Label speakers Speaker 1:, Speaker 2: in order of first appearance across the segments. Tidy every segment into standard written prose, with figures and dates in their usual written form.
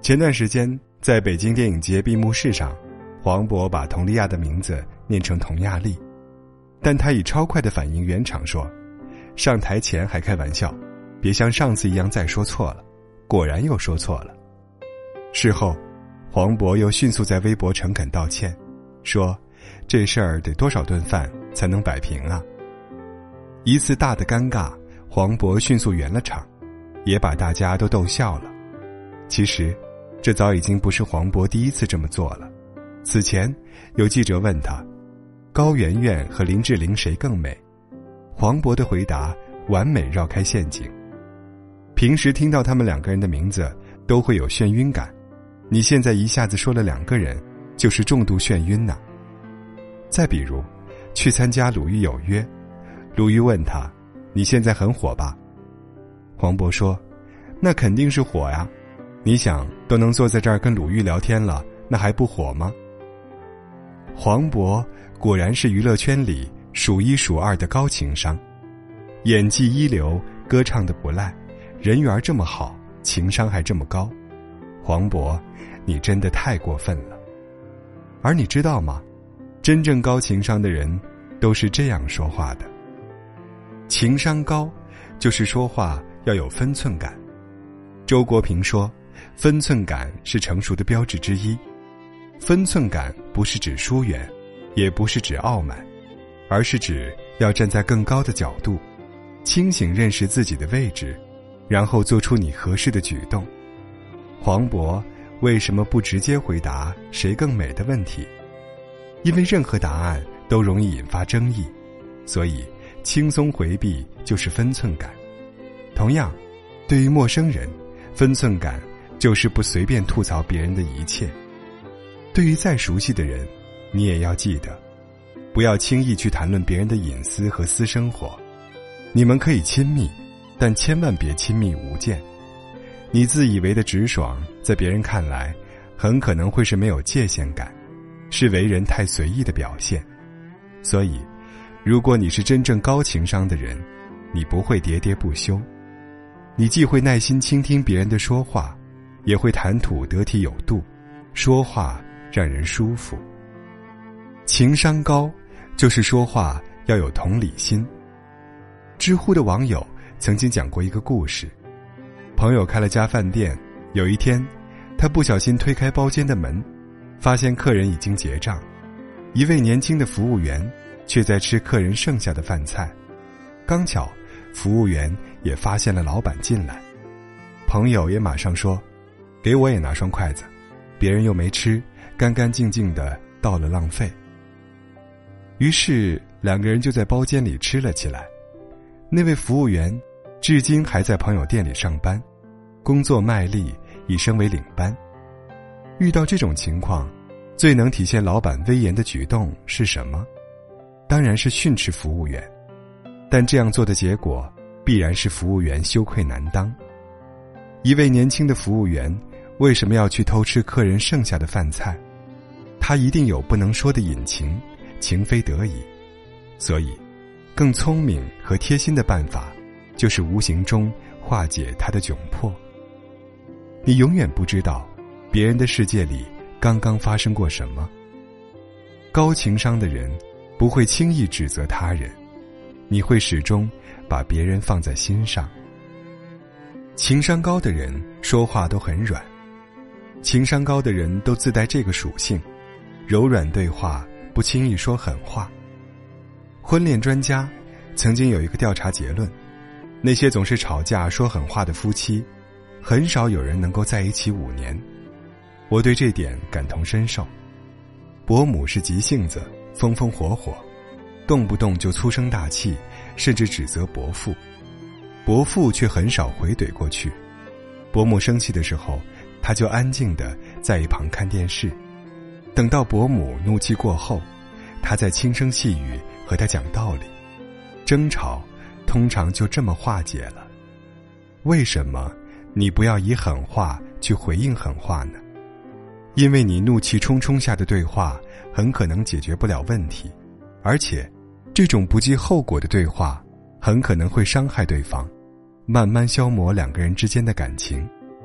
Speaker 1: 前段时间在北京电影节闭幕式上，黄渤把佟丽娅的名字念成佟亚丽，但他以超快的反应圆场说，上台前还开玩笑，别像上次一样再说错了，果然又说错了。事后黄渤又迅速在微博诚恳道歉，说这事儿得多少顿饭才能摆平啊。一次大的尴尬，黄渤迅速圆了场，也把大家都逗笑了。其实这早已经不是黄渤第一次这么做了。此前有记者问他，高圆圆和林志玲谁更美？黄渤的回答完美绕开陷阱。平时听到他们两个人的名字都会有眩晕感，你现在一下子说了两个人，就是重度眩晕呢。再比如去参加鲁豫有约，鲁豫问他，你现在很火吧？黄渤说，那肯定是火呀，你想都能坐在这儿跟鲁豫聊天了，那还不火吗？黄渤果然是娱乐圈里数一数二的高情商，演技一流，歌唱得不赖，人缘这么好，情商还这么高。黄渤，你真的太过分了。而你知道吗？真正高情商的人都是这样说话的。情商高，就是说话要有分寸感。周国平说，分寸感是成熟的标志之一。分寸感不是指疏远，也不是指傲慢，而是指要站在更高的角度，清醒认识自己的位置，然后做出你合适的举动。黄渤为什么不直接回答谁更美的问题？因为任何答案都容易引发争议，所以轻松回避就是分寸感。同样，对于陌生人，分寸感就是不随便吐槽别人的一切。对于再熟悉的人，你也要记得，不要轻易去谈论别人的隐私和私生活。你们可以亲密，但千万别亲密无间。你自以为的直爽，在别人看来很可能会是没有界限感，是为人太随意的表现。所以如果你是真正高情商的人，你不会喋喋不休，你既会耐心倾听别人的说话，也会谈吐得体有度，说话让人舒服。情商高就是说话要有同理心。知乎的网友曾经讲过一个故事，朋友开了家饭店，有一天他不小心推开包间的门，发现客人已经结账，一位年轻的服务员却在吃客人剩下的饭菜。刚巧服务员也发现了老板进来，朋友也马上说，给我也拿双筷子，别人又没吃，干干净净的倒了浪费。于是两个人就在包间里吃了起来。那位服务员至今还在朋友店里上班，工作卖力，已升为领班。遇到这种情况，最能体现老板威严的举动是什么？当然是训斥服务员，但这样做的结果必然是服务员羞愧难当。一位年轻的服务员为什么要去偷吃客人剩下的饭菜？他一定有不能说的隐情，情非得已。所以更聪明和贴心的办法就是无形中化解他的窘迫。你永远不知道别人的世界里刚刚发生过什么。高情商的人不会轻易指责他人，你会始终把别人放在心上。情商高的人说话都很软，情商高的人都自带这个属性，柔软对话，不轻易说狠话。婚恋专家曾经有一个调查结论，那些总是吵架说狠话的夫妻，很少有人能够在一起5年。我对这点感同身受。伯母是急性子，风风火火，动不动就粗声大气，甚至指责伯父。伯父却很少回怼过去。伯母生气的时候，他就安静地在一旁看电视。等到伯母怒气过后，他再轻声细语和他讲道理。争吵通常就这么化解了。为什么你不要以狠话去回应狠话呢？因为你怒气冲冲下的对话很可能解决不了问题，而且这种不计后果的对话很可能会伤害对方，慢慢消磨两个人之间的感情。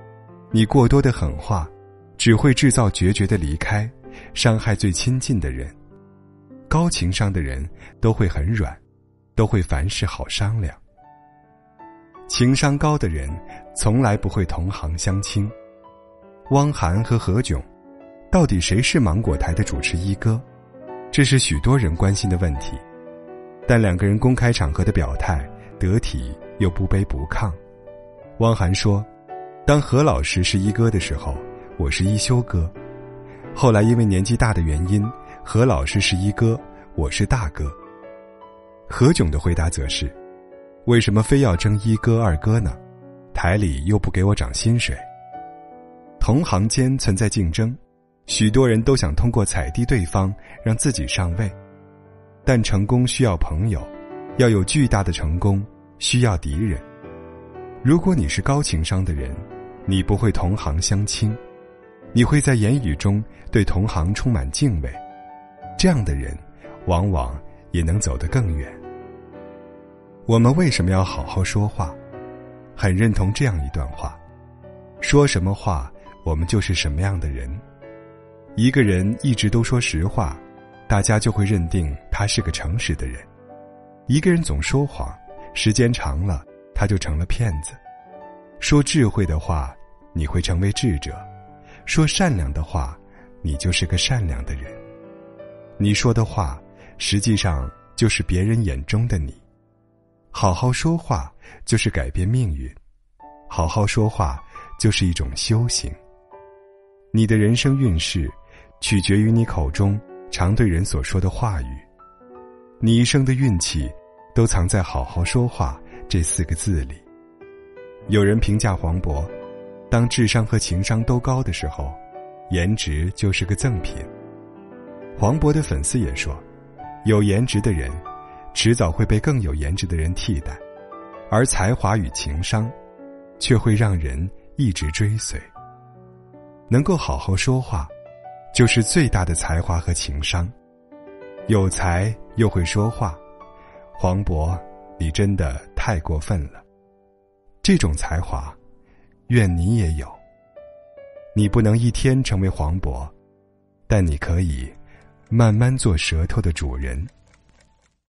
Speaker 1: 你过多的狠话只会制造决绝的离开，伤害最亲近的人。高情商的人都会很软，都会凡事好商量。情商高的人从来不会同行相轻。汪涵和何炅，到底谁是芒果台的主持一哥？这是许多人关心的问题。但两个人公开场合的表态得体又不卑不亢。汪涵说，当何老师是一哥的时候，我是一休哥。后来因为年纪大的原因，何老师是一哥，我是大哥。何炅的回答则是，为什么非要争一哥二哥呢？台里又不给我涨薪水。同行间存在竞争，许多人都想通过踩低对方让自己上位，但成功需要朋友，要有巨大的成功需要敌人。如果你是高情商的人，你不会同行相轻，你会在言语中对同行充满敬畏，这样的人往往也能走得更远。我们为什么要好好说话？很认同这样一段话，说什么话我们就是什么样的人。一个人一直都说实话，大家就会认定他是个诚实的人。一个人总说谎，时间长了他就成了骗子。说智慧的话，你会成为智者；说善良的话，你就是个善良的人。你说的话实际上就是别人眼中的你。好好说话就是改变命运，好好说话就是一种修行。你的人生运势取决于你口中常对人所说的话语，你一生的运气都藏在好好说话这4个字里。有人评价黄渤，当智商和情商都高的时候，颜值就是个赠品。黄渤的粉丝也说，有颜值的人迟早会被更有颜值的人替代，而才华与情商却会让人一直追随。能够好好说话，就是最大的才华和情商。有才又会说话，黄渤，你真的太过分了。这种才华，愿你也有。你不能一天成为黄渤，但你可以慢慢做舌头的主人。